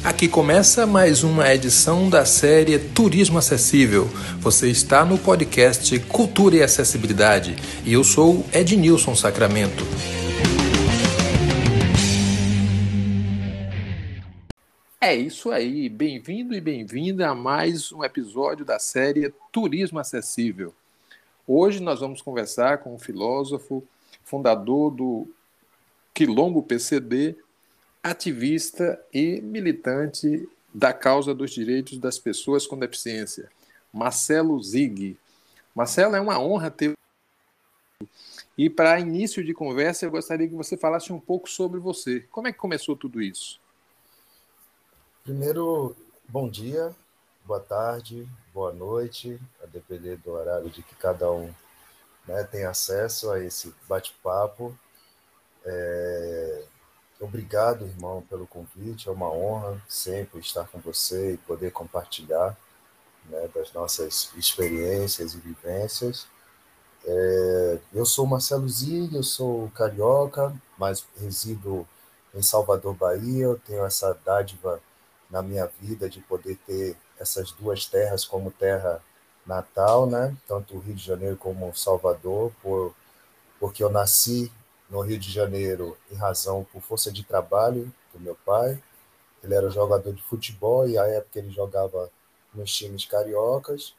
Aqui começa mais uma edição da série Turismo Acessível. Você está no podcast Cultura e Acessibilidade e eu sou Ednilson Sacramento. É isso aí, bem-vindo e bem-vinda a mais um episódio da série Turismo Acessível. Hoje nós vamos conversar com um filósofo, fundador do Quilombo PCD, ativista e militante da causa dos direitos das pessoas com deficiência, Marcelo Zig. Marcelo, é uma honra ter. E para início de conversa, eu gostaria que você falasse um pouco sobre você. Como é que começou tudo isso? Primeiro, bom dia, boa tarde, boa noite, a depender do horário de que cada um, tem acesso a esse bate-papo. Obrigado, irmão, pelo convite. É uma honra sempre estar com você e poder compartilhar, das nossas experiências e vivências. Eu sou Marcelo Zig, eu sou carioca, mas resido em Salvador, Bahia. Eu tenho essa dádiva na minha vida de poder ter essas duas terras como terra natal, né? Tanto o Rio de Janeiro como Salvador, porque eu nasci no Rio de Janeiro em razão por força de trabalho do meu pai. Ele era jogador de futebol e à época ele jogava nos times cariocas.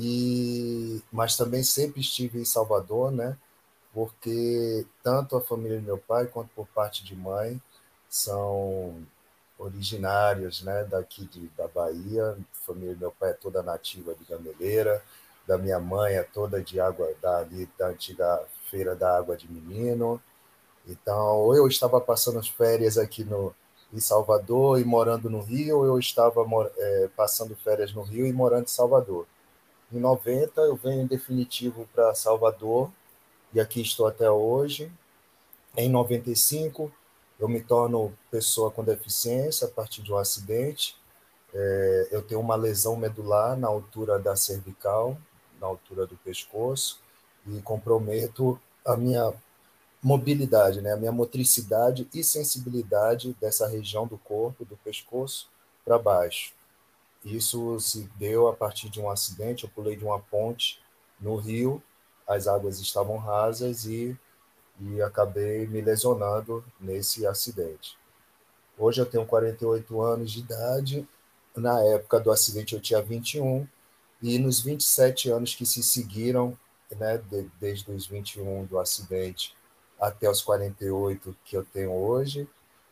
Mas também sempre estive em Salvador, né? Porque tanto a família do meu pai quanto por parte de mãe são originários, né, da Bahia. A família do meu pai é toda nativa de Gameleira, da minha mãe é toda de água da antiga Feira da Água de Menino. Então, ou eu estava passando as férias aqui em Salvador e morando no Rio, ou eu estava passando férias no Rio e morando em Salvador. Em 90, eu venho em definitivo para Salvador, e aqui estou até hoje. Em 95, eu me torno pessoa com deficiência a partir de um acidente. Eu tenho uma lesão medular na altura da cervical, na altura do pescoço, e comprometo a minha mobilidade, né? A minha motricidade e sensibilidade dessa região do corpo, do pescoço para baixo. Isso se deu a partir de um acidente. Eu pulei de uma ponte no rio, as águas estavam rasas e acabei me lesionando nesse acidente. Hoje eu tenho 48 anos de idade. Na época do acidente eu tinha 21, e nos 27 anos que se seguiram, né, desde os 21 do acidente até os 48 que eu tenho hoje,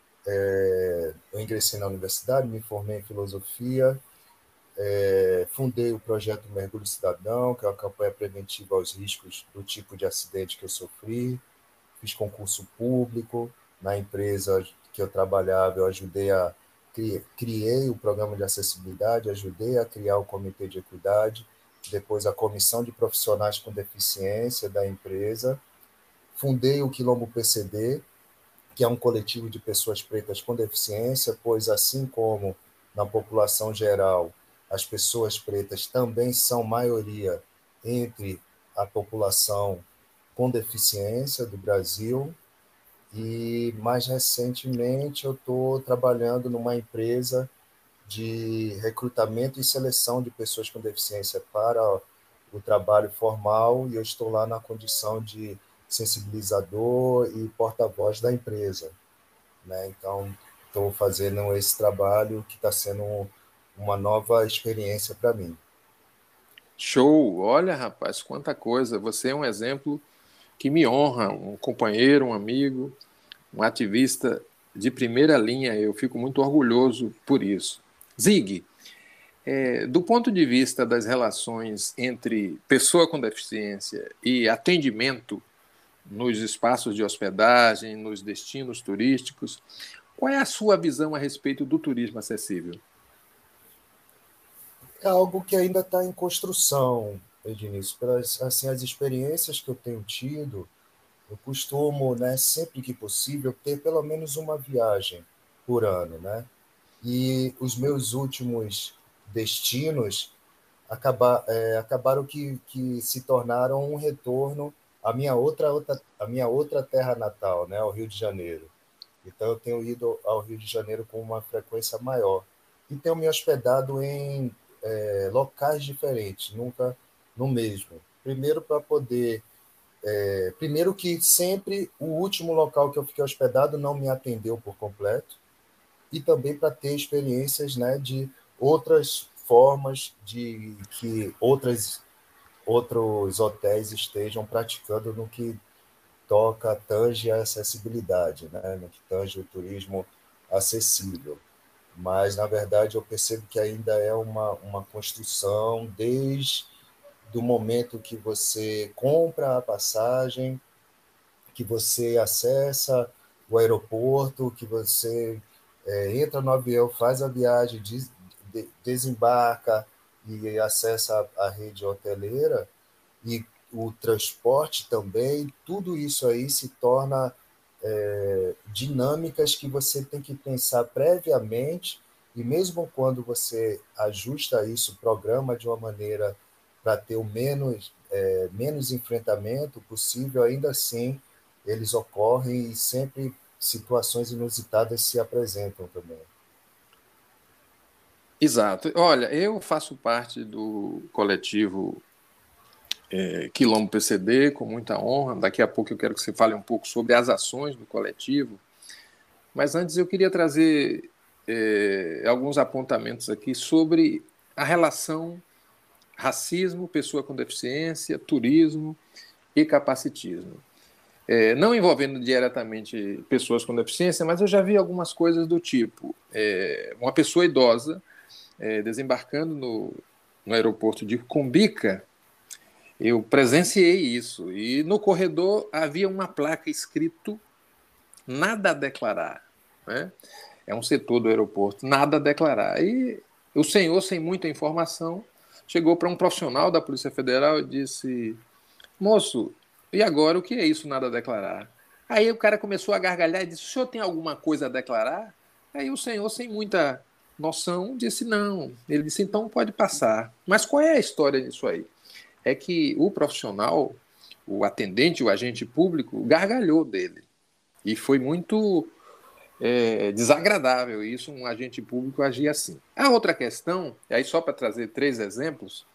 eu ingressei na universidade, me formei em filosofia, fundei o projeto Mergulho Cidadão, que é uma campanha preventiva aos riscos do tipo de acidente que eu sofri. Fiz concurso público na empresa que eu trabalhava. Eu criei o programa de acessibilidade, ajudei a criar o comitê de equidade, depois a comissão de profissionais com deficiência da empresa. Fundei o Quilombo PCD, que é um coletivo de pessoas pretas com deficiência, pois, assim como na população geral, as pessoas pretas também são maioria entre a população com deficiência do Brasil. E, mais recentemente, eu estou trabalhando numa empresa de recrutamento e seleção de pessoas com deficiência para o trabalho formal, e eu estou lá na condição de sensibilizador e porta-voz da empresa, né? Então, estou fazendo esse trabalho que está sendo uma nova experiência para mim. Show! Olha, rapaz, quanta coisa. Você é um exemplo que me honra, um companheiro, um amigo, um ativista de primeira linha. Eu fico muito orgulhoso por isso. Zig, do ponto de vista das relações entre pessoa com deficiência e atendimento nos espaços de hospedagem, nos destinos turísticos, qual é a sua visão a respeito do turismo acessível? É algo que ainda está em construção, Ednilson. Pelas assim, as experiências que eu tenho tido, eu costumo, né, sempre que possível, ter pelo menos uma viagem por ano, né? E os meus últimos destinos acabaram que se tornaram um retorno à minha outra terra natal, né, ao Rio de Janeiro. Então, eu tenho ido ao Rio de Janeiro com uma frequência maior. e tenho me hospedado em locais diferentes, nunca no mesmo. Primeiro, para poder. Primeiro, que sempre o último local que eu fiquei hospedado não me atendeu por completo, e também para ter experiências, né, de outras formas de que outros hotéis estejam praticando no que tange a acessibilidade, né, no que tange o turismo acessível. Mas, na verdade, eu percebo que ainda é uma construção desde do momento que você compra a passagem, que você acessa o aeroporto, que você entra no avião, faz a viagem, desembarca e acessa a rede hoteleira, e o transporte também, tudo isso aí se torna dinâmicas que você tem que pensar previamente, e mesmo quando você ajusta isso, programa de uma maneira para ter o menos enfrentamento possível, ainda assim eles ocorrem e sempre situações inusitadas se apresentam também. Exato. Olha, eu faço parte do coletivo Quilombo PCD, com muita honra. Daqui a pouco eu quero que você fale um pouco sobre as ações do coletivo. Mas antes eu queria trazer alguns apontamentos aqui sobre a relação racismo, pessoa com deficiência, turismo e capacitismo. Não envolvendo diretamente pessoas com deficiência, mas eu já vi algumas coisas do tipo: uma pessoa idosa desembarcando no aeroporto de Cumbica. Eu presenciei isso, e no corredor havia uma placa escrito nada a declarar, né? É um setor do aeroporto, nada a declarar. E o senhor, sem muita informação, chegou para um profissional da Polícia Federal e disse: moço, e agora o que é isso, nada a declarar? Aí o cara começou a gargalhar e disse: o senhor tem alguma coisa a declarar? Aí o senhor, sem muita noção, disse: não. Ele disse: então pode passar. Mas qual é a história disso aí? É que o profissional, o atendente, o agente público, gargalhou dele. E foi muito desagradável isso, um agente público agir assim. A outra questão, e aí só para trazer 3 exemplos,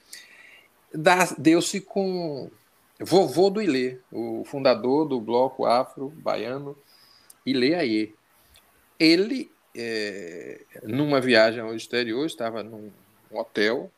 deu-se com vovô do Ilê, o fundador do bloco afro-baiano Ilê Aie. Ele, numa viagem ao exterior, estava num hotel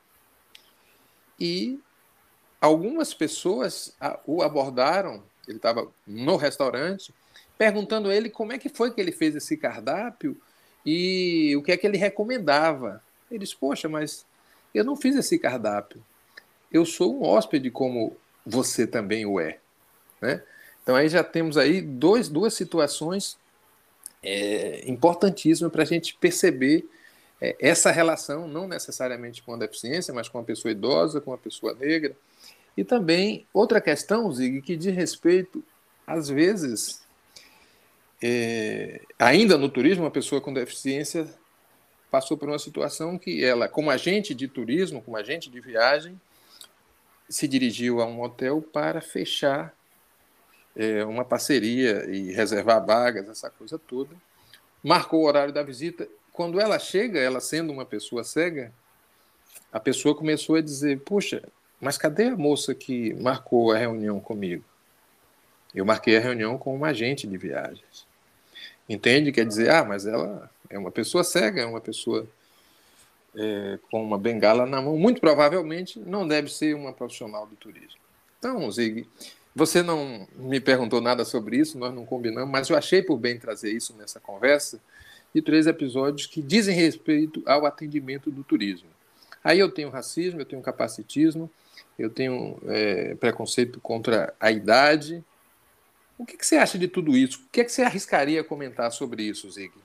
e algumas pessoas o abordaram, ele estava no restaurante, perguntando a ele como é que foi que ele fez esse cardápio e o que é que ele recomendava. Ele disse: poxa, mas eu não fiz esse cardápio. Eu sou um hóspede como você também o é. Né? Então aí já temos aí duas situações importantíssimas para a gente perceber essa relação, não necessariamente com a deficiência, mas com a pessoa idosa, com a pessoa negra. E também outra questão, Zig, que diz respeito, às vezes, ainda no turismo, uma pessoa com deficiência passou por uma situação que ela, como agente de turismo, como agente de viagem, se dirigiu a um hotel para fechar uma parceria e reservar vagas, essa coisa toda. Marcou o horário da visita. Quando ela chega, ela sendo uma pessoa cega, a pessoa começou a dizer: puxa, mas cadê a moça que marcou a reunião comigo? Eu marquei a reunião com uma agente de viagens. Entende? Quer dizer, mas ela é uma pessoa cega, é uma pessoa com uma bengala na mão. Muito provavelmente não deve ser uma profissional do turismo. Então, Zig, você não me perguntou nada sobre isso, nós não combinamos, mas eu achei por bem trazer isso nessa conversa de 3 episódios que dizem respeito ao atendimento do turismo. Aí eu tenho racismo, eu tenho capacitismo, eu tenho preconceito contra a idade. O que você acha de tudo isso? O que você arriscaria comentar sobre isso, Zig?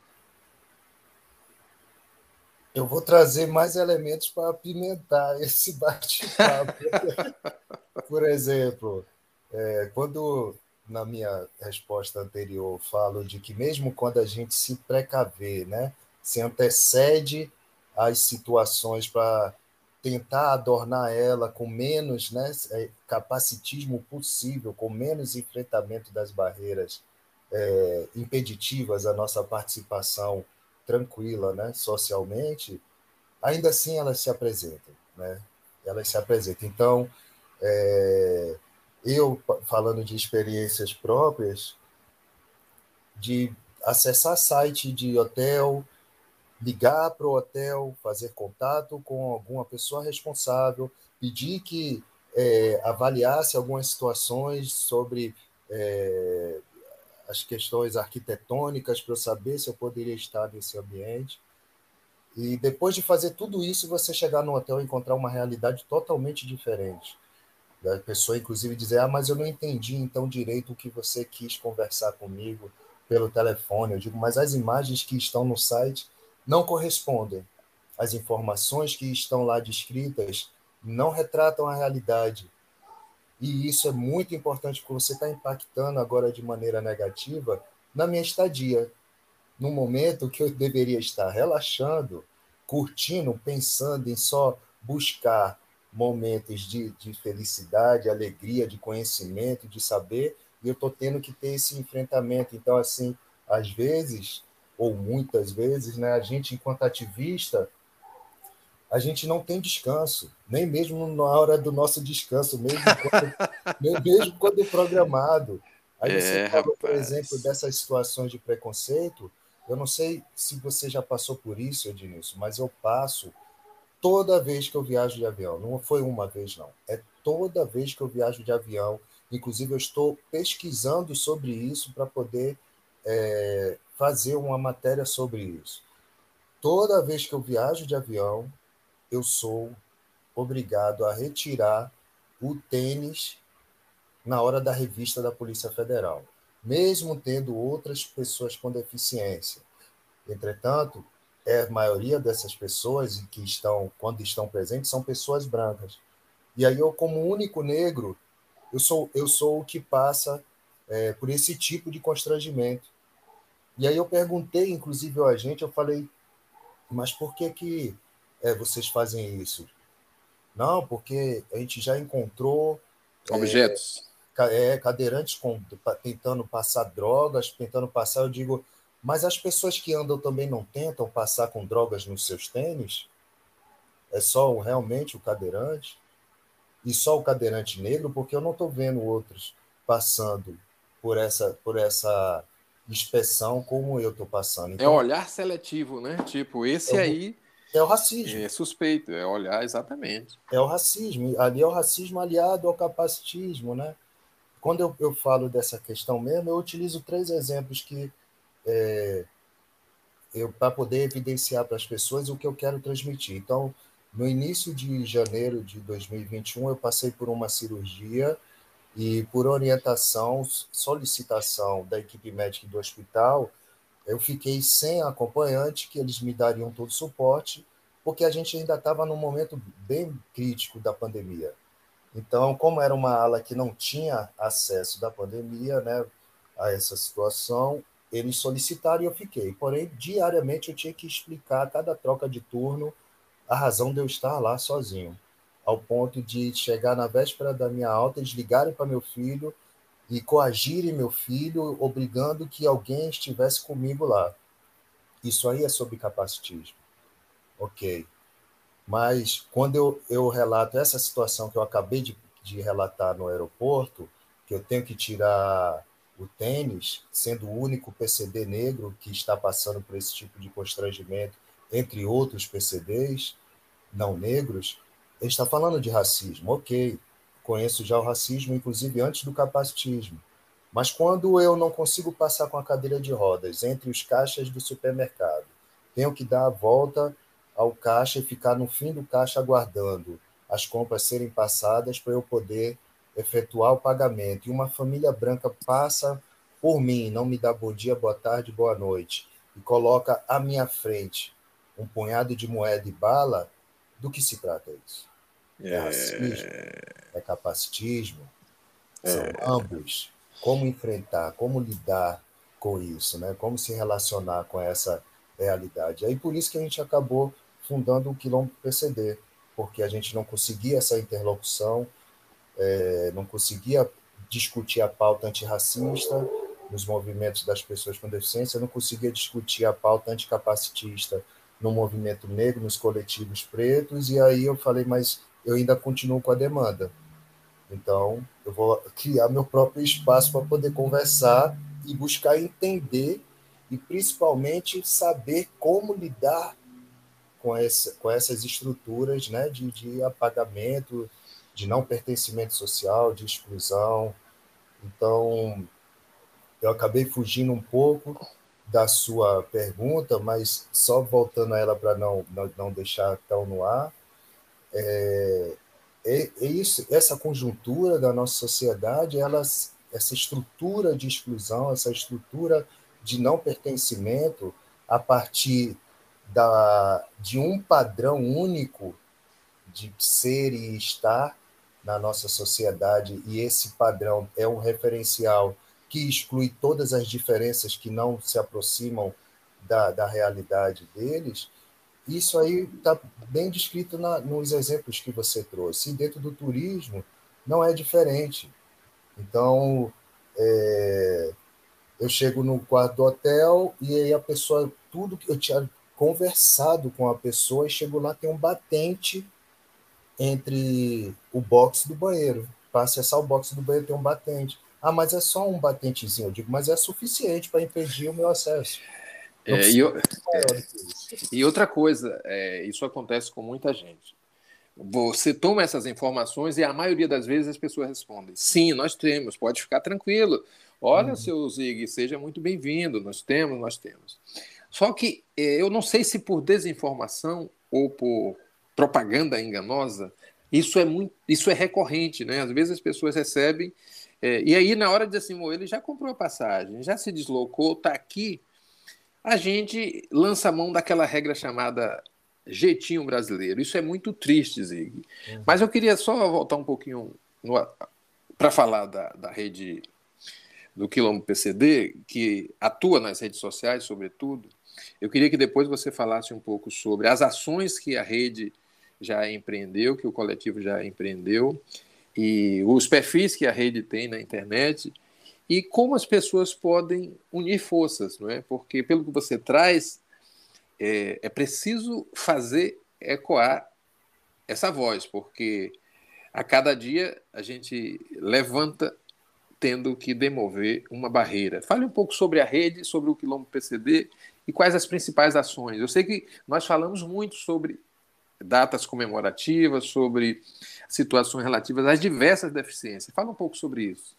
Eu vou trazer mais elementos para apimentar esse bate-papo. Por exemplo, quando na minha resposta anterior falo de que mesmo quando a gente se precaver, né, se antecede às situações para tentar adornar ela com menos, né, capacitismo possível, com menos enfrentamento das barreiras impeditivas à nossa participação tranquila, né, socialmente, ainda assim elas se apresentam, né? Elas se apresentam. Então, eu, falando de experiências próprias, de acessar site de hotel, ligar para o hotel, fazer contato com alguma pessoa responsável, pedir que avaliasse algumas situações sobre as questões arquitetônicas para eu saber se eu poderia estar nesse ambiente. E depois de fazer tudo isso, você chegar no hotel e encontrar uma realidade totalmente diferente. Da pessoa, inclusive, dizer: mas eu não entendi então direito o que você quis conversar comigo pelo telefone. Eu digo: mas as imagens que estão no site não correspondem. As informações que estão lá descritas não retratam a realidade. E isso é muito importante, porque você está impactando agora de maneira negativa na minha estadia, num momento que eu deveria estar relaxando, curtindo, pensando em só buscar momentos de felicidade, alegria, de conhecimento, de saber, e eu estou tendo que ter esse enfrentamento. Então, assim, às vezes, ou muitas vezes, né, a gente, enquanto ativista, a gente não tem descanso, nem mesmo na hora do nosso descanso, mesmo quando programado. Aí você falou, por exemplo, Rapaz. dessas situações de preconceito. Eu não sei se você já passou por isso, Ednilson, mas eu passo toda vez que eu viajo de avião. Não foi uma vez, não. É toda vez que eu viajo de avião. Inclusive, eu estou pesquisando sobre isso para poder fazer uma matéria sobre isso. Toda vez que eu viajo de avião, eu sou obrigado a retirar o tênis na hora da revista da Polícia Federal, mesmo tendo outras pessoas com deficiência. Entretanto, a maioria dessas pessoas que estão, quando estão presentes, são pessoas brancas. E aí eu, como único negro, eu sou o que passa por esse tipo de constrangimento. E aí eu perguntei, inclusive, ao agente, eu falei: mas por que vocês fazem isso? Não, porque a gente já encontrou Objetos. cadeirantes tentando passar drogas, tentando passar. Eu digo: mas as pessoas que andam também não tentam passar com drogas nos seus tênis? É só realmente o cadeirante? E só o cadeirante negro? Porque eu não estou vendo outros passando por essa inspeção como eu estou passando. É Então, olhar seletivo, né? Tipo, é esse o, aí é o racismo. é suspeito, é olhar exatamente. É o racismo. Ali é o racismo aliado ao capacitismo, né? Quando eu falo dessa questão mesmo, eu utilizo 3 exemplos que para poder evidenciar para as pessoas o que eu quero transmitir. Então, no início de janeiro de 2021, eu passei por uma cirurgia e, por orientação, solicitação da equipe médica do hospital, eu fiquei sem acompanhante, que eles me dariam todo o suporte, porque a gente ainda estava num momento bem crítico da pandemia. Então, como era uma ala que não tinha acesso da pandemia, né, a essa situação, eles solicitaram e eu fiquei. Porém, diariamente eu tinha que explicar a cada troca de turno a razão de eu estar lá sozinho, ao ponto de chegar na véspera da minha alta, eles ligarem para meu filho e coagirem meu filho, obrigando que alguém estivesse comigo lá. Isso aí é sobre capacitismo. Ok. Mas quando eu relato essa situação que eu acabei de relatar no aeroporto, que eu tenho que tirar o tênis, sendo o único PCD negro que está passando por esse tipo de constrangimento, entre outros PCDs não negros, ele está falando de racismo. Ok, conheço já o racismo, inclusive antes do capacitismo. Mas quando eu não consigo passar com a cadeira de rodas entre os caixas do supermercado, tenho que dar a volta ao caixa e ficar no fim do caixa aguardando as compras serem passadas para eu poder efetuar o pagamento. E uma família branca passa por mim, não me dá bom dia, boa tarde, boa noite, e coloca à minha frente um punhado de moeda e bala. Do que se trata isso? É racismo? É, É capacitismo? São ambos. Como enfrentar, como lidar com isso, né? Como se relacionar com essa realidade. Aí por isso que a gente acabou fundando o Quilombo PCD, porque a gente não conseguia essa interlocução, não conseguia discutir a pauta antirracista nos movimentos das pessoas com deficiência, não conseguia discutir a pauta anticapacitista no movimento negro, nos coletivos pretos, e aí eu falei, mas eu ainda continuo com a demanda. Então, eu vou criar meu próprio espaço para poder conversar e buscar entender e, principalmente, saber como lidar com essas estruturas, né, de apagamento, de não pertencimento social, de exclusão. Então, eu acabei fugindo um pouco da sua pergunta, mas só voltando a ela para não deixar tão no ar, é isso, essa conjuntura da nossa sociedade, essa estrutura de exclusão, essa estrutura de não pertencimento, a partir de um padrão único de ser e estar na nossa sociedade, e esse padrão é um referencial que exclui todas as diferenças que não se aproximam da realidade deles. Isso aí está bem descrito nos exemplos que você trouxe. E dentro do turismo não é diferente. Então, eu chego no quarto do hotel e aí a pessoa, tudo que eu tinha conversado com a pessoa, e chego lá, tem um batente entre o box do banheiro. Para acessar o box do banheiro tem um batente. Ah, mas é só um batentezinho. Eu digo, mas é suficiente para impedir o meu acesso. Não É, precisa ser maior do que isso. e outra coisa, isso acontece com muita gente. Você toma essas informações e a maioria das vezes as pessoas respondem: sim, nós temos, pode ficar tranquilo. Olha, seu Zig, seja muito bem-vindo, nós temos, nós temos. Só que eu não sei se por desinformação ou por propaganda enganosa, isso é recorrente, né? Às vezes as pessoas recebem, e aí na hora de assim, ele já comprou a passagem, já se deslocou, está aqui, a gente lança a mão daquela regra chamada jeitinho brasileiro. Isso é muito triste, Zig. Mas eu queria só voltar um pouquinho para falar da rede do Quilombo PCD, que atua nas redes sociais, sobretudo. Eu queria que depois você falasse um pouco sobre as ações que a rede já empreendeu, que o coletivo já empreendeu, e os perfis que a rede tem na internet, e como as pessoas podem unir forças, não é? Porque, pelo que você traz, é preciso fazer ecoar essa voz, porque a cada dia a gente levanta tendo que demover uma barreira. Fale um pouco sobre a rede, sobre o Quilombo PCD e quais as principais ações. Eu sei que nós falamos muito sobre datas comemorativas, sobre situações relativas às diversas deficiências. Fala um pouco sobre isso.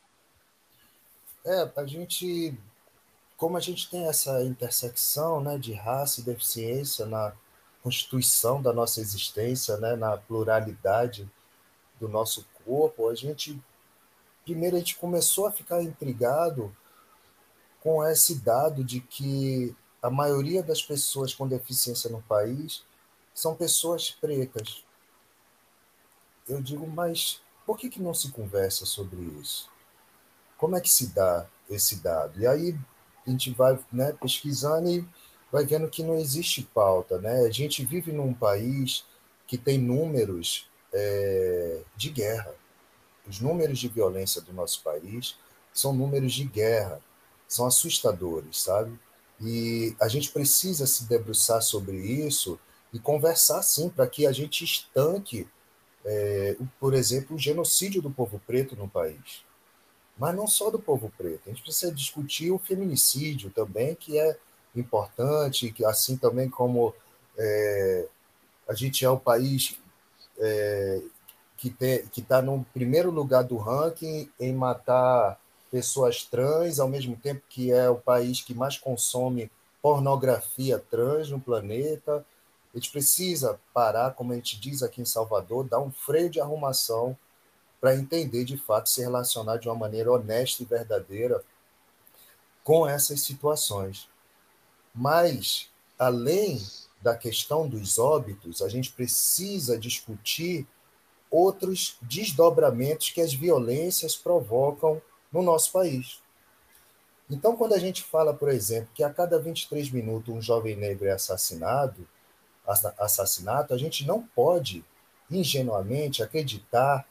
Como a gente tem essa intersecção, né, de raça e deficiência na constituição da nossa existência, né, na pluralidade do nosso corpo, primeiro a gente começou a ficar intrigado com esse dado de que a maioria das pessoas com deficiência no país são pessoas pretas. Eu digo, mas por que não se conversa sobre isso? Como é que se dá esse dado? E aí a gente vai, né, pesquisando e vai vendo que não existe pauta, né? A gente vive num país que tem números de guerra. Os números de violência do nosso país são números de guerra, são assustadores, sabe? E a gente precisa se debruçar sobre isso e conversar, sim, para que a gente estanque, por exemplo, o genocídio do povo preto no país. Mas não só do povo preto. A gente precisa discutir o feminicídio também, que é importante, que assim também como a gente é o país que está no primeiro lugar do ranking em matar pessoas trans, ao mesmo tempo que é o país que mais consome pornografia trans no planeta. A gente precisa parar, como a gente diz aqui em Salvador, dar um freio de arrumação para entender, de fato, se relacionar de uma maneira honesta e verdadeira com essas situações. Mas, além da questão dos óbitos, a gente precisa discutir outros desdobramentos que as violências provocam no nosso país. Então, quando a gente fala, por exemplo, que a cada 23 minutos um jovem negro é assassinato, a gente não pode ingenuamente acreditar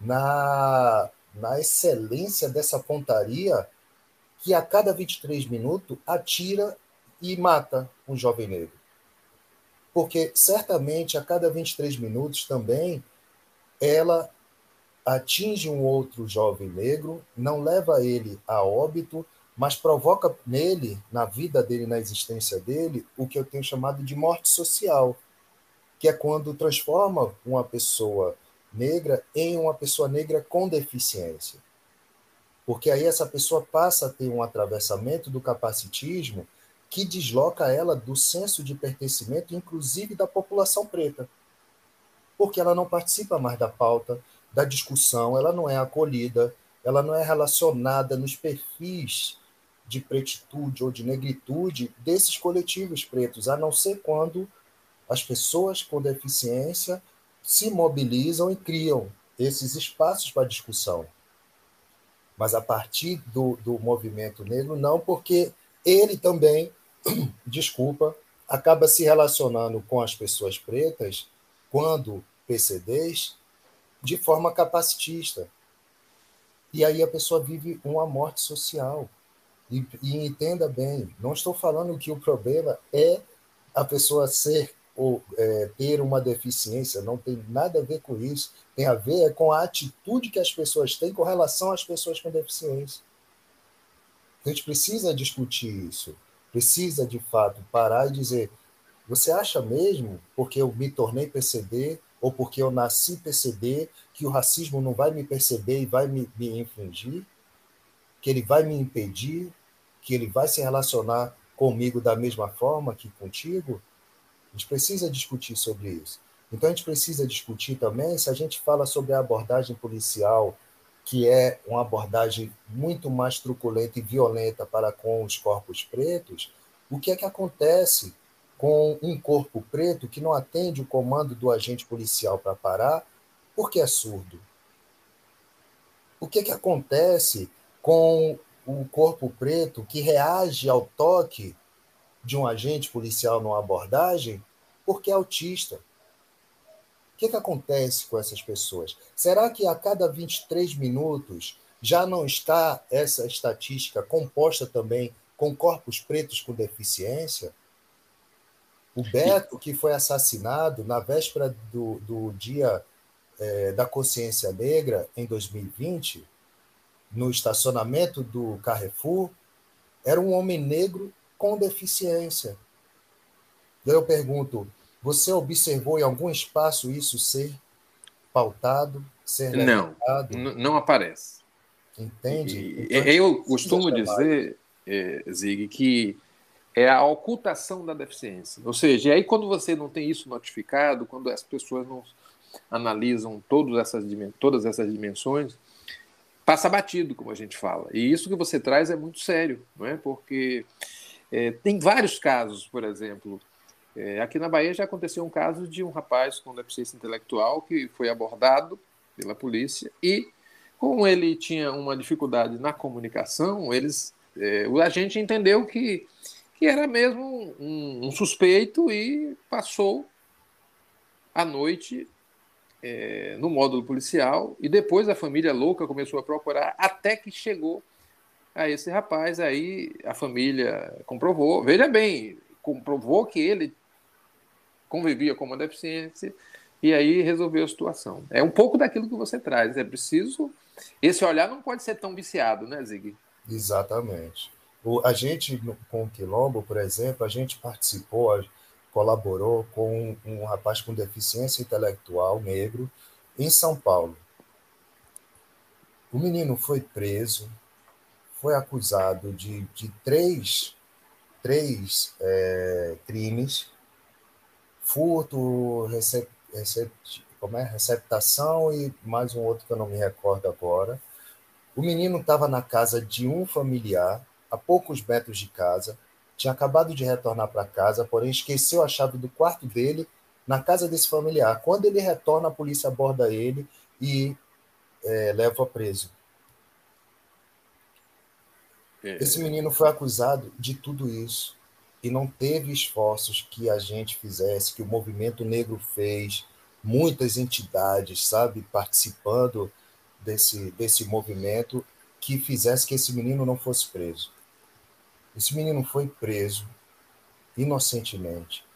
na excelência dessa pontaria que a cada 23 minutos atira e mata um jovem negro. Porque certamente a cada 23 minutos também ela atinge um outro jovem negro, não leva ele a óbito, mas provoca nele, na vida dele, na existência dele, o que eu tenho chamado de morte social, que é quando transforma uma pessoa negra em uma pessoa negra com deficiência. Porque aí essa pessoa passa a ter um atravessamento do capacitismo que desloca ela do senso de pertencimento, inclusive da população preta, porque ela não participa mais da pauta, da discussão, ela não é acolhida, ela não é relacionada nos perfis de pretitude ou de negritude desses coletivos pretos, a não ser quando as pessoas com deficiência se mobilizam e criam esses espaços para discussão. Mas a partir do movimento negro, não, porque ele também, desculpa, acaba se relacionando com as pessoas pretas, quando PCDs, de forma capacitista. E aí a pessoa vive uma morte social. E entenda bem, não estou falando que o problema é a pessoa ser ou ter uma deficiência, não tem nada a ver com isso. Tem a ver com a atitude que as pessoas têm com relação às pessoas com deficiência. A gente precisa discutir isso, precisa de fato parar e dizer: você acha mesmo, porque eu me tornei PCD ou porque eu nasci PCD, que o racismo não vai me perceber e vai me infringir? Que ele vai me impedir? Que ele vai se relacionar comigo da mesma forma que contigo? A gente precisa discutir sobre isso. Então, a gente precisa discutir também, se a gente fala sobre a abordagem policial, que é uma abordagem muito mais truculenta e violenta para com os corpos pretos, o que é que acontece com um corpo preto que não atende o comando do agente policial para parar porque é surdo? O que é que acontece com o corpo preto que reage ao toque de um agente policial numa abordagem porque é autista? O que acontece com essas pessoas? Será que a cada 23 minutos já não está essa estatística composta também com corpos pretos com deficiência? O Beto, que foi assassinado na véspera do Dia da Consciência Negra, em 2020, no estacionamento do Carrefour, era um homem negro com deficiência. Daí eu pergunto, você observou em algum espaço isso ser pautado, ser Não, levantado? não aparece. Entende? E, Então a gente eu precisa costumo chamar isso. dizer, Zig, que é a ocultação da deficiência. Ou seja, e aí quando você não tem isso notificado, quando as pessoas não analisam todas essas dimensões, passa batido, como a gente fala. E isso que você traz é muito sério, não é? Porque tem vários casos, por exemplo, aqui na Bahia já aconteceu um caso de um rapaz com deficiência intelectual que foi abordado pela polícia e, como ele tinha uma dificuldade na comunicação, o agente entendeu que era mesmo um suspeito e passou a noite no módulo policial e depois a família louca começou a procurar até que chegou a esse rapaz. Aí a família comprovou, veja bem, comprovou que ele convivia com uma deficiência e aí resolveu a situação. É um pouco daquilo que você traz. É preciso. Esse olhar não pode ser tão viciado, né, Zig? Exatamente. A gente, com o Quilombo, por exemplo, a gente participou, colaborou com um rapaz com deficiência intelectual negro em São Paulo. O menino foi preso, foi acusado de três crimes: furto, receptação e mais um outro que eu não me recordo agora. O menino estava na casa de um familiar, a poucos metros de casa, tinha acabado de retornar para casa, porém esqueceu a chave do quarto dele na casa desse familiar. Quando ele retorna, a polícia aborda ele e leva preso. Esse menino foi acusado de tudo isso e não teve esforços que a gente fizesse, que o movimento negro fez, muitas entidades, sabe, participando desse movimento, que fizesse que esse menino não fosse preso. Esse menino foi preso inocentemente.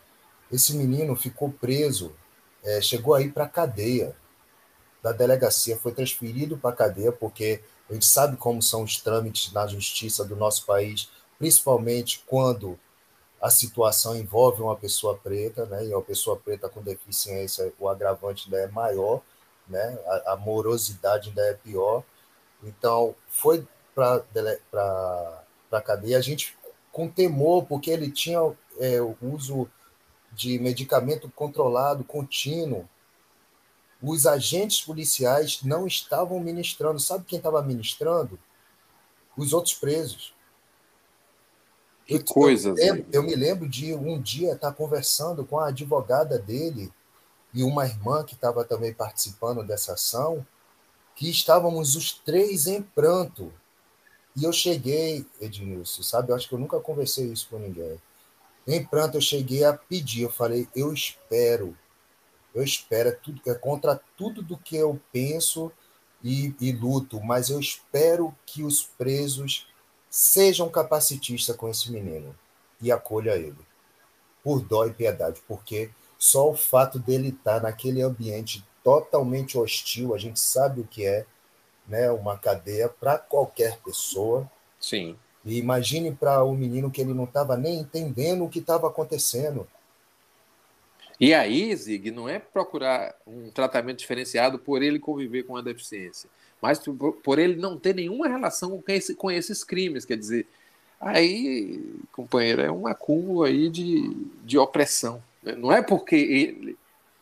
Esse menino ficou preso, chegou a ir para a cadeia da delegacia, foi transferido para a cadeia, porque a gente sabe como são os trâmites na justiça do nosso país, principalmente quando a situação envolve uma pessoa preta, né? E uma pessoa preta com deficiência, o agravante ainda é maior, né? A morosidade ainda é pior. Então, foi para a cadeia, a gente com temor, porque ele tinha o uso de medicamento controlado, contínuo. Os agentes policiais não estavam ministrando. Sabe quem estava ministrando? Os outros presos. Que coisa, Zig. Eu me lembro de um dia estar conversando com a advogada dele e uma irmã que estava também participando dessa ação, que estávamos os três em pranto. E eu cheguei, Ednilson, sabe? Eu acho que eu nunca conversei isso com ninguém. Em pranto, eu cheguei a pedir, eu falei, eu espero, é contra tudo do que eu penso e luto, mas eu espero que os presos sejam capacitistas com esse menino e acolha ele, por dó e piedade, porque só o fato dele estar naquele ambiente totalmente hostil, a gente sabe o que é, né, uma cadeia para qualquer pessoa. Sim. E imagine para o menino que ele não estava nem entendendo o que estava acontecendo. E aí, Zig, não é procurar um tratamento diferenciado por ele conviver com a deficiência, mas por ele não ter nenhuma relação com esses crimes. Quer dizer, aí, companheiro, é um acúmulo aí de opressão. Não é porque ele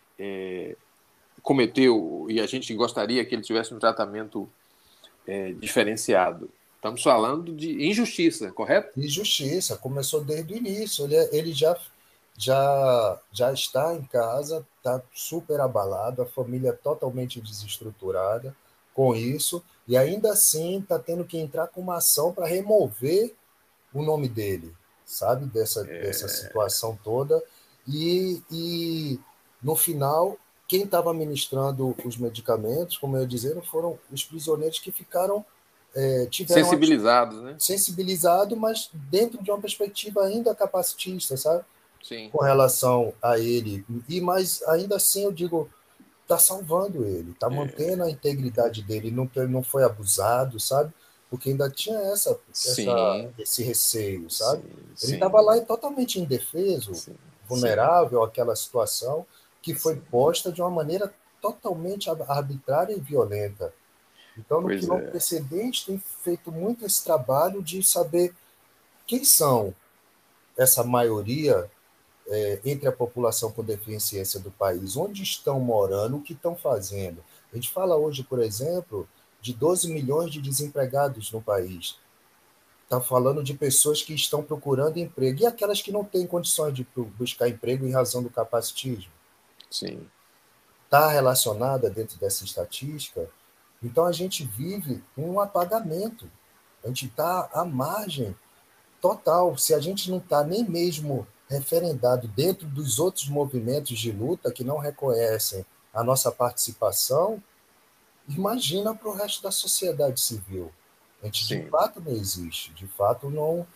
cometeu e a gente gostaria que ele tivesse um tratamento diferenciado. Estamos falando de injustiça, correto? E justiça, começou desde o início. Ele já está em casa, está super abalado, a família é totalmente desestruturada com isso, e ainda assim está tendo que entrar com uma ação para remover o nome dele, sabe, dessa situação toda. E no final, quem estava administrando os medicamentos, como eu ia dizer, foram os prisioneiros que ficaram, tiveram Sensibilizados, né? sensibilizado, mas dentro de uma perspectiva ainda capacitista, sabe? Sim, Com relação a ele. Mas ainda assim eu digo, está salvando ele, está mantendo a integridade dele, não foi abusado, sabe? Porque ainda tinha sim, esse receio, sabe? sim, Ele estava sim, lá totalmente indefeso, sim, sim, vulnerável àquela situação que foi sim. posta de uma maneira totalmente arbitrária e violenta. Então, no Pois quilombo é. precedente, tem feito muito esse trabalho de saber quem são essa maioria entre a população com deficiência do país, onde estão morando, o que estão fazendo. A gente fala hoje, por exemplo, de 12 milhões de desempregados no país. Está falando de pessoas que estão procurando emprego e aquelas que não têm condições de buscar emprego em razão do capacitismo. Sim, Está relacionada dentro dessa estatística. Então a gente vive um apagamento. A gente está à margem total. Se a gente não está nem mesmo referendado dentro dos outros movimentos de luta que não reconhecem a nossa participação, imagina para o resto da sociedade civil. A gente de sim. fato não existe, de fato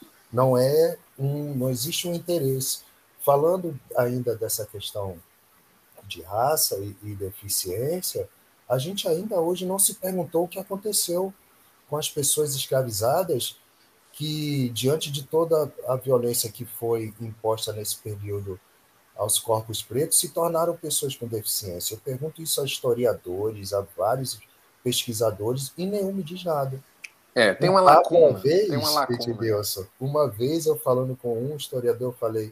não existe um interesse. Falando ainda dessa questão de raça e deficiência, a gente ainda hoje não se perguntou o que aconteceu com as pessoas escravizadas que, diante de toda a violência que foi imposta nesse período aos corpos pretos, se tornaram pessoas com deficiência. Eu pergunto isso a historiadores, a vários pesquisadores, e nenhum me diz nada. Tem uma Uma lacuna, tem uma vez, lacuna. Edilson, uma vez eu falando com um historiador, eu falei,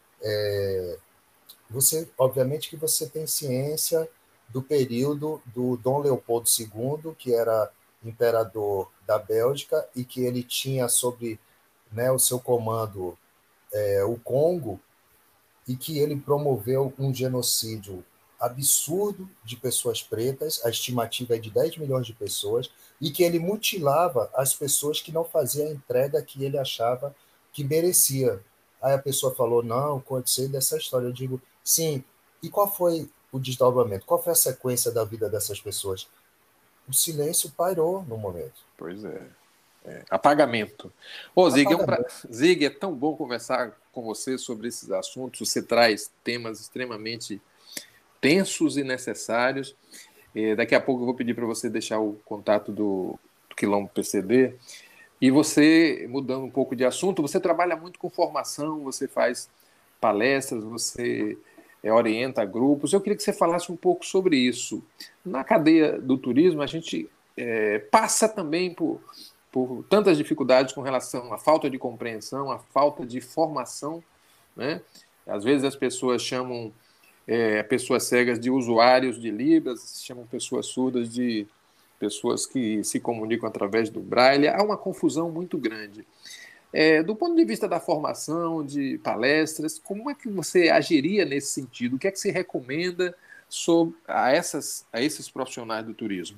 você, obviamente que você tem ciência do período do Dom Leopoldo II, que era imperador da Bélgica e que ele tinha sob, né, o seu comando o Congo, e que ele promoveu um genocídio absurdo de pessoas pretas, a estimativa é de 10 milhões de pessoas, e que ele mutilava as pessoas que não faziam a entrega que ele achava que merecia. Aí a pessoa falou, não, sei dessa história. Eu digo, sim, e qual foi o desdobramento? Qual foi a sequência da vida dessas pessoas? O silêncio pairou no momento. Pois é. Apagamento. Ô, Zig, Apagamento. Zig, é tão bom conversar com você sobre esses assuntos. Você traz temas extremamente tensos e necessários. Daqui a pouco eu vou pedir para você deixar o contato do Quilombo PCD. E você, mudando um pouco de assunto, você trabalha muito com formação, você faz palestras, você orienta grupos. Eu queria que você falasse um pouco sobre isso. Na cadeia do turismo, a gente passa também por tantas dificuldades com relação à falta de compreensão, à falta de formação, né? Às vezes as pessoas chamam pessoas cegas de usuários de Libras, chamam pessoas surdas de pessoas que se comunicam através do Braille. Há uma confusão muito grande. Do ponto de vista da formação, de palestras, como é que você agiria nesse sentido? O que é que você recomenda a esses profissionais do turismo?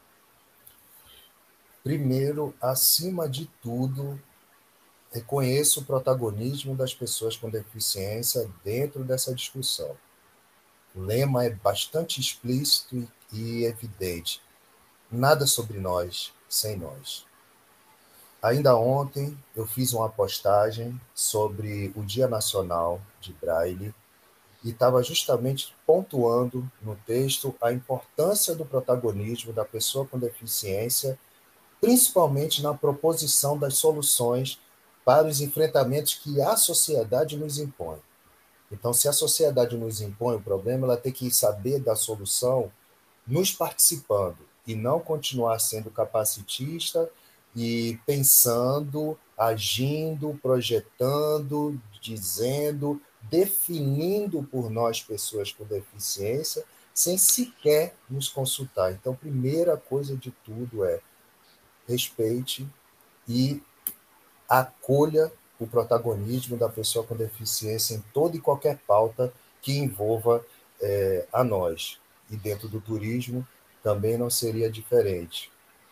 Primeiro, acima de tudo, reconheço o protagonismo das pessoas com deficiência dentro dessa discussão. O lema é bastante explícito e evidente. Nada sobre nós sem nós. Ainda ontem eu fiz uma postagem sobre o Dia Nacional de Braille e estava justamente pontuando no texto a importância do protagonismo da pessoa com deficiência, principalmente na proposição das soluções para os enfrentamentos que a sociedade nos impõe. Então, se a sociedade nos impõe o problema, ela tem que saber da solução nos participando e não continuar sendo capacitista e pensando, agindo, projetando, dizendo, definindo por nós, pessoas com deficiência, sem sequer nos consultar. Então, primeira coisa de tudo é respeite e acolha o protagonismo da pessoa com deficiência em toda e qualquer pauta que envolva a nós. E dentro do turismo também não seria diferente.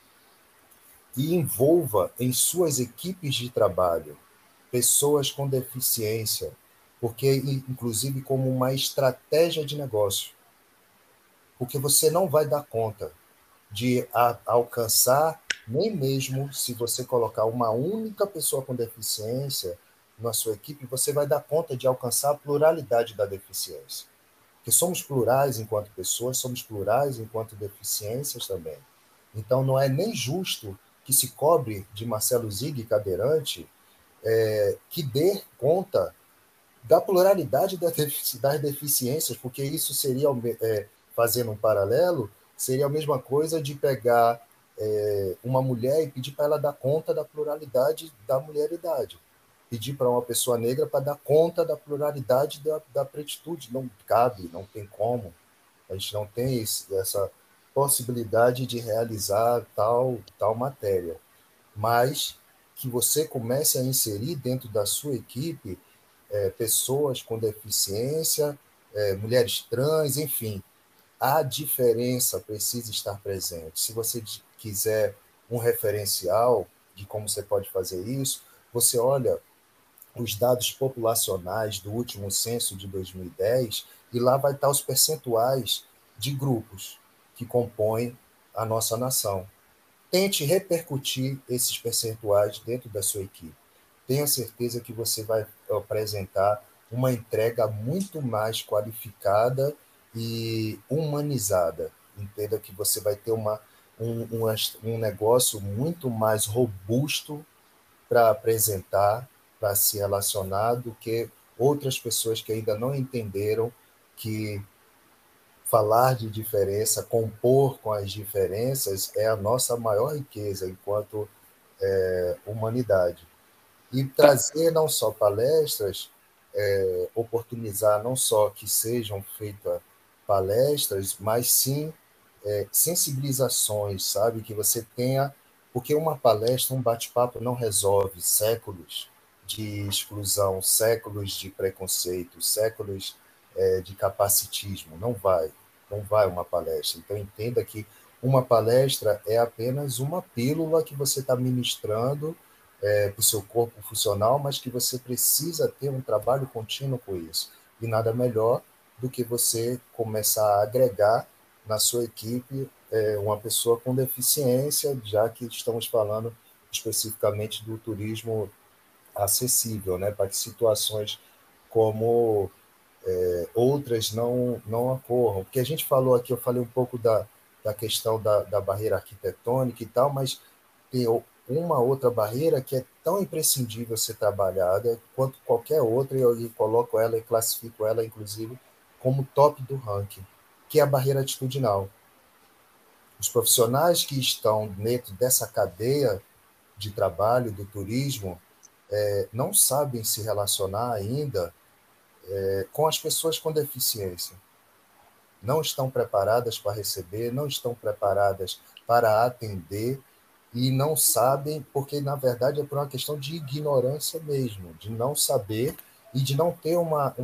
E envolva em suas equipes de trabalho pessoas com deficiência, porque inclusive como uma estratégia de negócio, porque você não vai dar conta de alcançar, nem mesmo se você colocar uma única pessoa com deficiência na sua equipe, você vai dar conta de alcançar a pluralidade da deficiência. Porque somos plurais enquanto pessoas, somos plurais enquanto deficiências também. Então, não é nem justo que se cobre de Marcelo Zig, cadeirante, que dê conta da pluralidade das deficiências, porque isso seria, fazendo um paralelo, seria a mesma coisa de pegar uma mulher e pedir para ela dar conta da pluralidade da mulheridade. Pedir para uma pessoa negra para dar conta da pluralidade da pretitude. Não cabe, não tem como. A gente não tem essa possibilidade de realizar tal matéria. Mas que você comece a inserir dentro da sua equipe pessoas com deficiência, mulheres trans, enfim, a diferença precisa estar presente. Se você quiser um referencial de como você pode fazer isso, você olha os dados populacionais do último censo de 2010 e lá vai estar os percentuais de grupos que compõem a nossa nação. Tente repercutir esses percentuais dentro da sua equipe. Tenha certeza que você vai apresentar uma entrega muito mais qualificada e humanizada. Entenda que você vai ter um negócio muito mais robusto para apresentar, para se relacionar, do que outras pessoas que ainda não entenderam que falar de diferença, compor com as diferenças é a nossa maior riqueza enquanto humanidade. E Tá. trazer não só palestras, oportunizar não só que sejam feitas palestras, mas sim sensibilizações, sabe? Que você tenha, porque uma palestra, um bate-papo não resolve séculos de exclusão, séculos de preconceito, séculos de capacitismo. Não vai uma palestra. Então entenda que uma palestra é apenas uma pílula que você está ministrando para o seu corpo funcional, mas que você precisa ter um trabalho contínuo com isso. E nada melhor do que você começar a agregar na sua equipe uma pessoa com deficiência, já que estamos falando especificamente do turismo acessível, né, para que situações como outras não ocorram. Porque a gente falou aqui, eu falei um pouco da questão da barreira arquitetônica e tal, mas tem uma outra barreira que é tão imprescindível ser trabalhada quanto qualquer outra, e eu coloco ela e classifico ela, inclusive, como top do ranking, que é a barreira atitudinal. Os profissionais que estão dentro dessa cadeia de trabalho do turismo não sabem se relacionar ainda com as pessoas com deficiência. Não estão preparadas para receber, não estão preparadas para atender e não sabem, porque na verdade é por uma questão de ignorância mesmo, de não saber e de não ter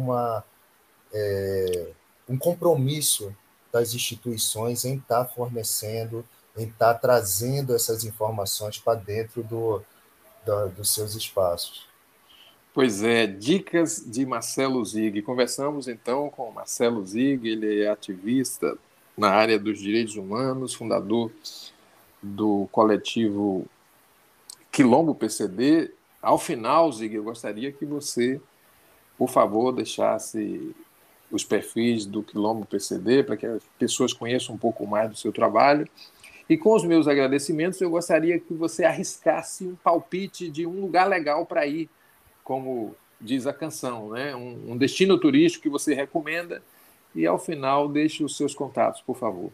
um compromisso das instituições em estar fornecendo, em estar trazendo essas informações para dentro dos seus espaços. Pois é, dicas de Marcelo Zig. Conversamos então com o Marcelo Zig, ele é ativista na área dos direitos humanos, fundador do coletivo Quilombo PCD. Ao final, Zig, eu gostaria que você, por favor, deixasse os perfis do Quilombo PCD para que as pessoas conheçam um pouco mais do seu trabalho. E com os meus agradecimentos, eu gostaria que você arriscasse um palpite de um lugar legal para ir, como diz a canção, né? Um destino turístico que você recomenda, e ao final deixe os seus contatos, por favor.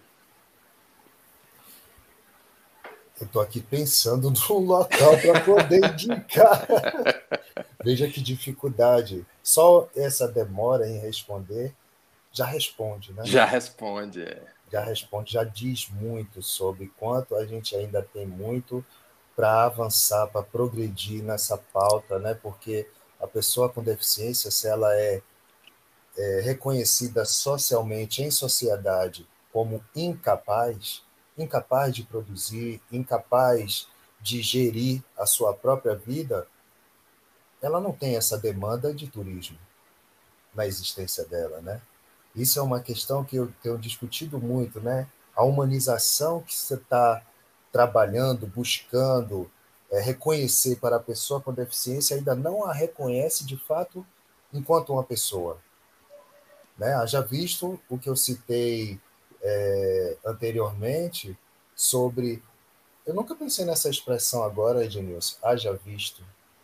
Eu estou aqui pensando num local para poder indicar. Veja que dificuldade. Só essa demora em responder já responde, né? Já responde. Já responde, já diz muito sobre quanto a gente ainda tem muito para avançar, para progredir nessa pauta, né? Porque a pessoa com deficiência, se ela é reconhecida socialmente em sociedade como incapaz, incapaz de produzir, incapaz de gerir a sua própria vida, ela não tem essa demanda de turismo na existência dela, né? Isso é uma questão que eu tenho discutido muito, né? A humanização que você está trabalhando, buscando reconhecer para a pessoa com deficiência, ainda não a reconhece de fato enquanto uma pessoa, né? Haja visto o que eu citei anteriormente sobre... Eu nunca pensei nessa expressão agora, Ednilson, haja visto.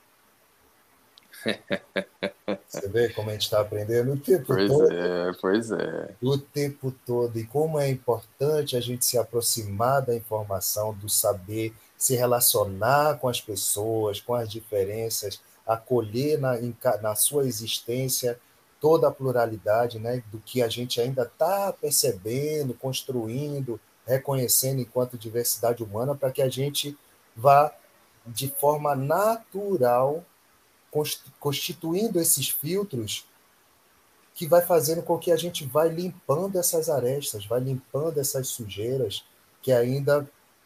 Você vê como a gente está aprendendo o tempo Pois todo? é, pois é. O tempo todo, e como é importante a gente se aproximar da informação, do saber, se relacionar com as pessoas, com as diferenças, acolher na sua existência toda a pluralidade, né, do que a gente ainda está percebendo, construindo, reconhecendo enquanto diversidade humana, para que a gente vá, de forma natural, constituindo esses filtros que vai fazendo com que a gente vai limpando essas arestas, vai limpando essas sujeiras que ainda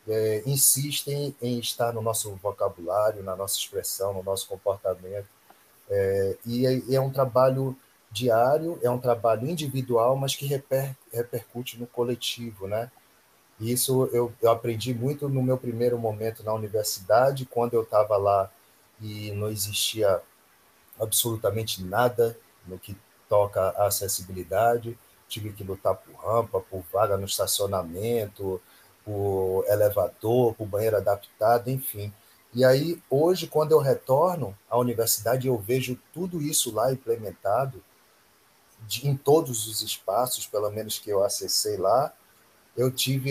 insistem em estar no nosso vocabulário, na nossa expressão, no nosso comportamento. E é um trabalho diário, é um trabalho individual, mas que repercute no coletivo, né? E isso eu aprendi muito no meu primeiro momento na universidade, quando eu estava lá e não existia absolutamente nada no que toca à acessibilidade. Tive que lutar por rampa, por vaga no estacionamento, por elevador, por banheiro adaptado, enfim. E aí, hoje, quando eu retorno à universidade, eu vejo tudo isso lá implementado em todos os espaços, pelo menos que eu acessei lá. Eu tive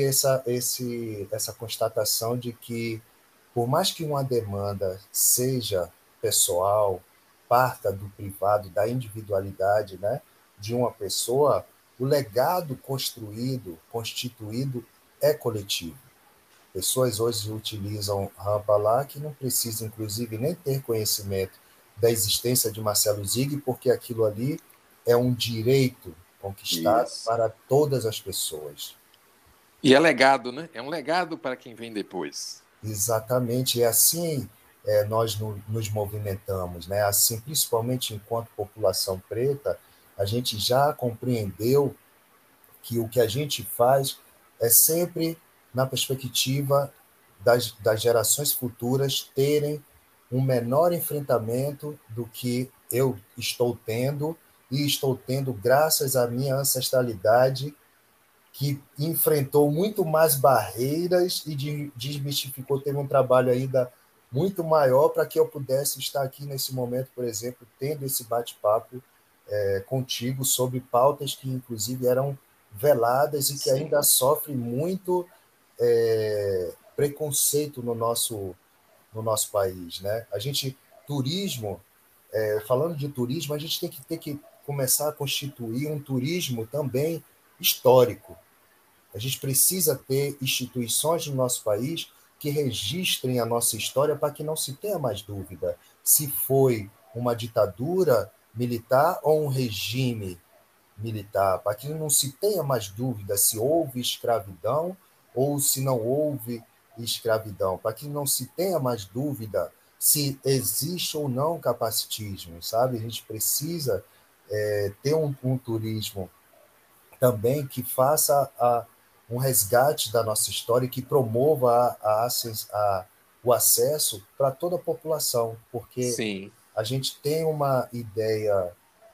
essa constatação de que, por mais que uma demanda seja pessoal, parta do privado, da individualidade, né, de uma pessoa, o legado construído, constituído, é coletivo. Pessoas hoje utilizam rampa lá que não precisam, inclusive, nem ter conhecimento da existência de Marcelo Zig, porque aquilo ali é um direito conquistado Isso. para todas as pessoas. E é legado, né? É um legado para quem vem depois. Exatamente, é assim nós nos movimentamos, né? Assim, principalmente enquanto população preta, a gente já compreendeu que o que a gente faz é sempre na perspectiva das gerações futuras terem um menor enfrentamento do que eu estou tendo, e estou tendo graças à minha ancestralidade, que enfrentou muito mais barreiras e desmistificou, teve um trabalho ainda muito maior para que eu pudesse estar aqui nesse momento, por exemplo, tendo esse bate-papo contigo sobre pautas que, inclusive, eram veladas e que Sim. ainda sofrem muito preconceito no nosso país, né? Turismo, falando de turismo, a gente tem que começar a constituir um turismo também histórico. A gente precisa ter instituições no nosso país que registrem a nossa história para que não se tenha mais dúvida se foi uma ditadura militar ou um regime militar, para que não se tenha mais dúvida se houve escravidão ou se não houve escravidão, para que não se tenha mais dúvida se existe ou não capacitismo, sabe? A gente precisa ter um turismo também que faça um resgate da nossa história e que promova o acesso para toda a população, porque Sim. a gente tem uma ideia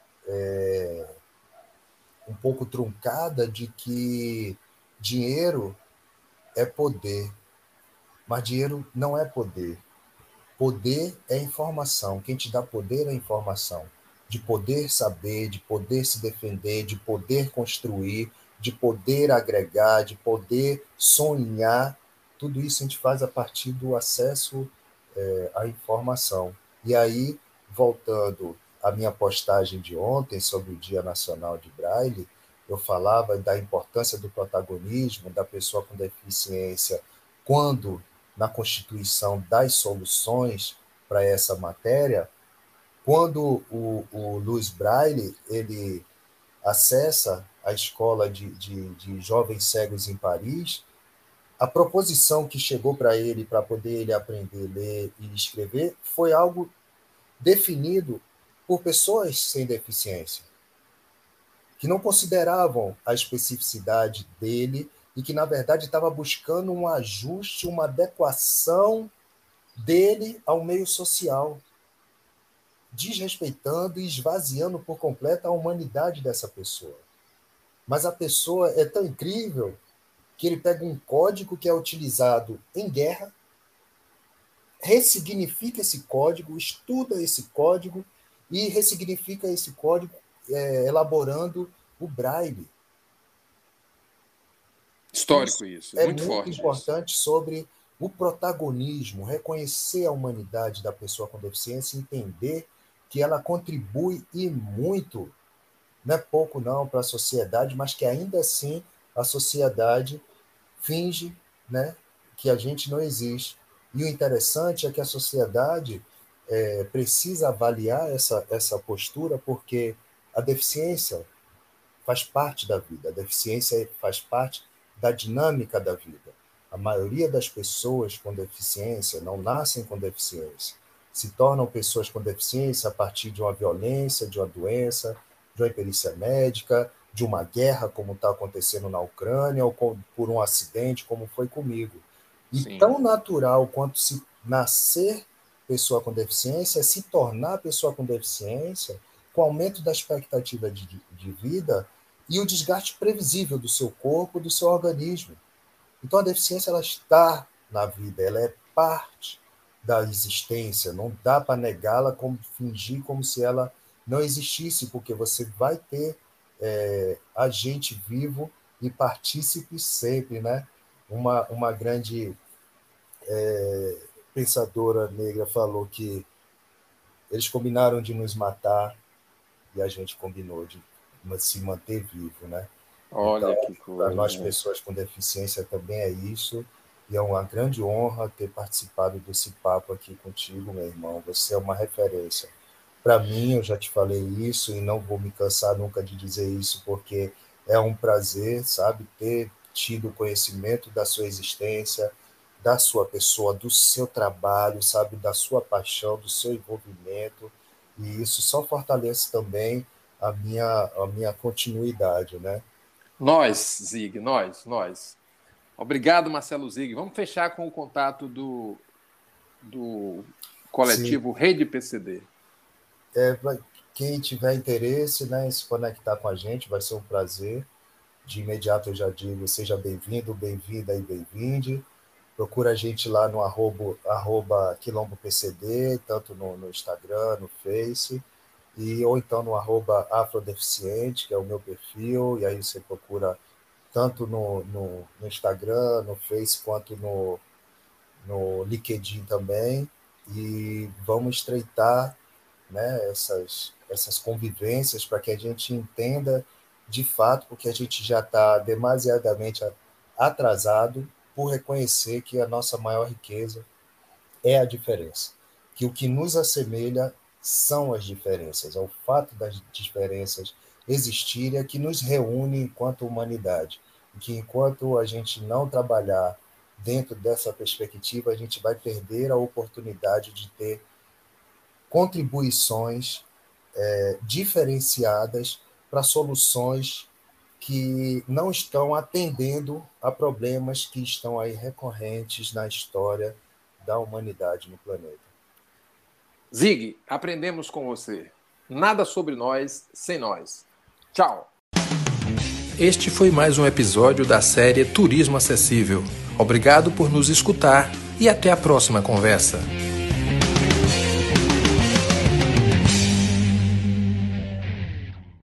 um pouco truncada de que dinheiro é poder, mas dinheiro não é poder. Poder é informação. Quem te dá poder é informação. De poder saber, de poder se defender, de poder construir, de poder agregar, de poder sonhar. Tudo isso a gente faz a partir do acesso à informação. E aí, voltando à minha postagem de ontem sobre o Dia Nacional de Braille, eu falava da importância do protagonismo da pessoa com deficiência quando na constituição das soluções para essa matéria, quando o Louis Braille ele acessa a escola de jovens cegos em Paris, a proposição que chegou para ele para poder ele aprender a ler e escrever foi algo definido por pessoas sem deficiência, que não consideravam a especificidade dele e que, na verdade, estava buscando um ajuste, uma adequação dele ao meio social, desrespeitando e esvaziando por completo a humanidade dessa pessoa. Mas a pessoa é tão incrível que ele pega um código que é utilizado em guerra, ressignifica esse código, estuda esse código e ressignifica esse código elaborando o Braille. Histórico isso, É muito muito forte isso. importante sobre o protagonismo, reconhecer a humanidade da pessoa com deficiência e entender que ela contribui e muito, não é pouco não, para a sociedade, mas que ainda assim a sociedade finge, né, que a gente não existe. E o interessante é que a sociedade precisa avaliar essa postura, porque a deficiência faz parte da vida, a deficiência faz parte da dinâmica da vida. A maioria das pessoas com deficiência não nascem com deficiência, se tornam pessoas com deficiência a partir de uma violência, de uma doença, de uma imperícia médica, de uma guerra, como está acontecendo na Ucrânia, ou por um acidente, como foi comigo. E Sim. tão natural quanto se nascer pessoa com deficiência é se tornar pessoa com deficiência, com o aumento da expectativa de vida e o desgaste previsível do seu corpo, do seu organismo. Então, a deficiência ela está na vida, ela é parte da existência, não dá para negá-la, como fingir como se ela não existisse, porque você vai ter agente vivo e partícipe sempre, né? Uma grande pensadora negra falou que eles combinaram de nos matar e a gente combinou de se manter vivo, né? Então, Olha que para nós, coisa. pessoas com deficiência, também é isso. E é uma grande honra ter participado desse papo aqui contigo, meu irmão. Você é uma referência. Para mim, eu já te falei isso e não vou me cansar nunca de dizer isso, porque é um prazer, sabe, ter tido conhecimento da sua existência, da sua pessoa, do seu trabalho, sabe, da sua paixão, do seu envolvimento. E isso só fortalece também a minha continuidade, né? Nós, Zig, nós. Obrigado, Marcelo Zig. Vamos fechar com o contato do coletivo Rede PCD. Quem tiver interesse, né, em se conectar com a gente, vai ser um prazer. De imediato eu já digo, seja bem-vindo, bem-vinda e bem-vinde. Procura a gente lá no arroba @quilombopcd, tanto no Instagram, no Face, ou então no arroba afrodeficiente, que é o meu perfil, e aí você procura tanto no Instagram, no Face, quanto no LinkedIn também, e vamos estreitar, né, essas convivências para que a gente entenda de fato, porque a gente já está demasiadamente atrasado por reconhecer que a nossa maior riqueza é a diferença, que o que nos assemelha são as diferenças, é o fato das diferenças existirem é que nos reúne enquanto humanidade, e que enquanto a gente não trabalhar dentro dessa perspectiva, a gente vai perder a oportunidade de ter contribuições diferenciadas para soluções que não estão atendendo a problemas que estão aí recorrentes na história da humanidade no planeta. Zig, aprendemos com você. Nada sobre nós sem nós. Tchau! Este foi mais um episódio da série Turismo Acessível. Obrigado por nos escutar e até a próxima conversa.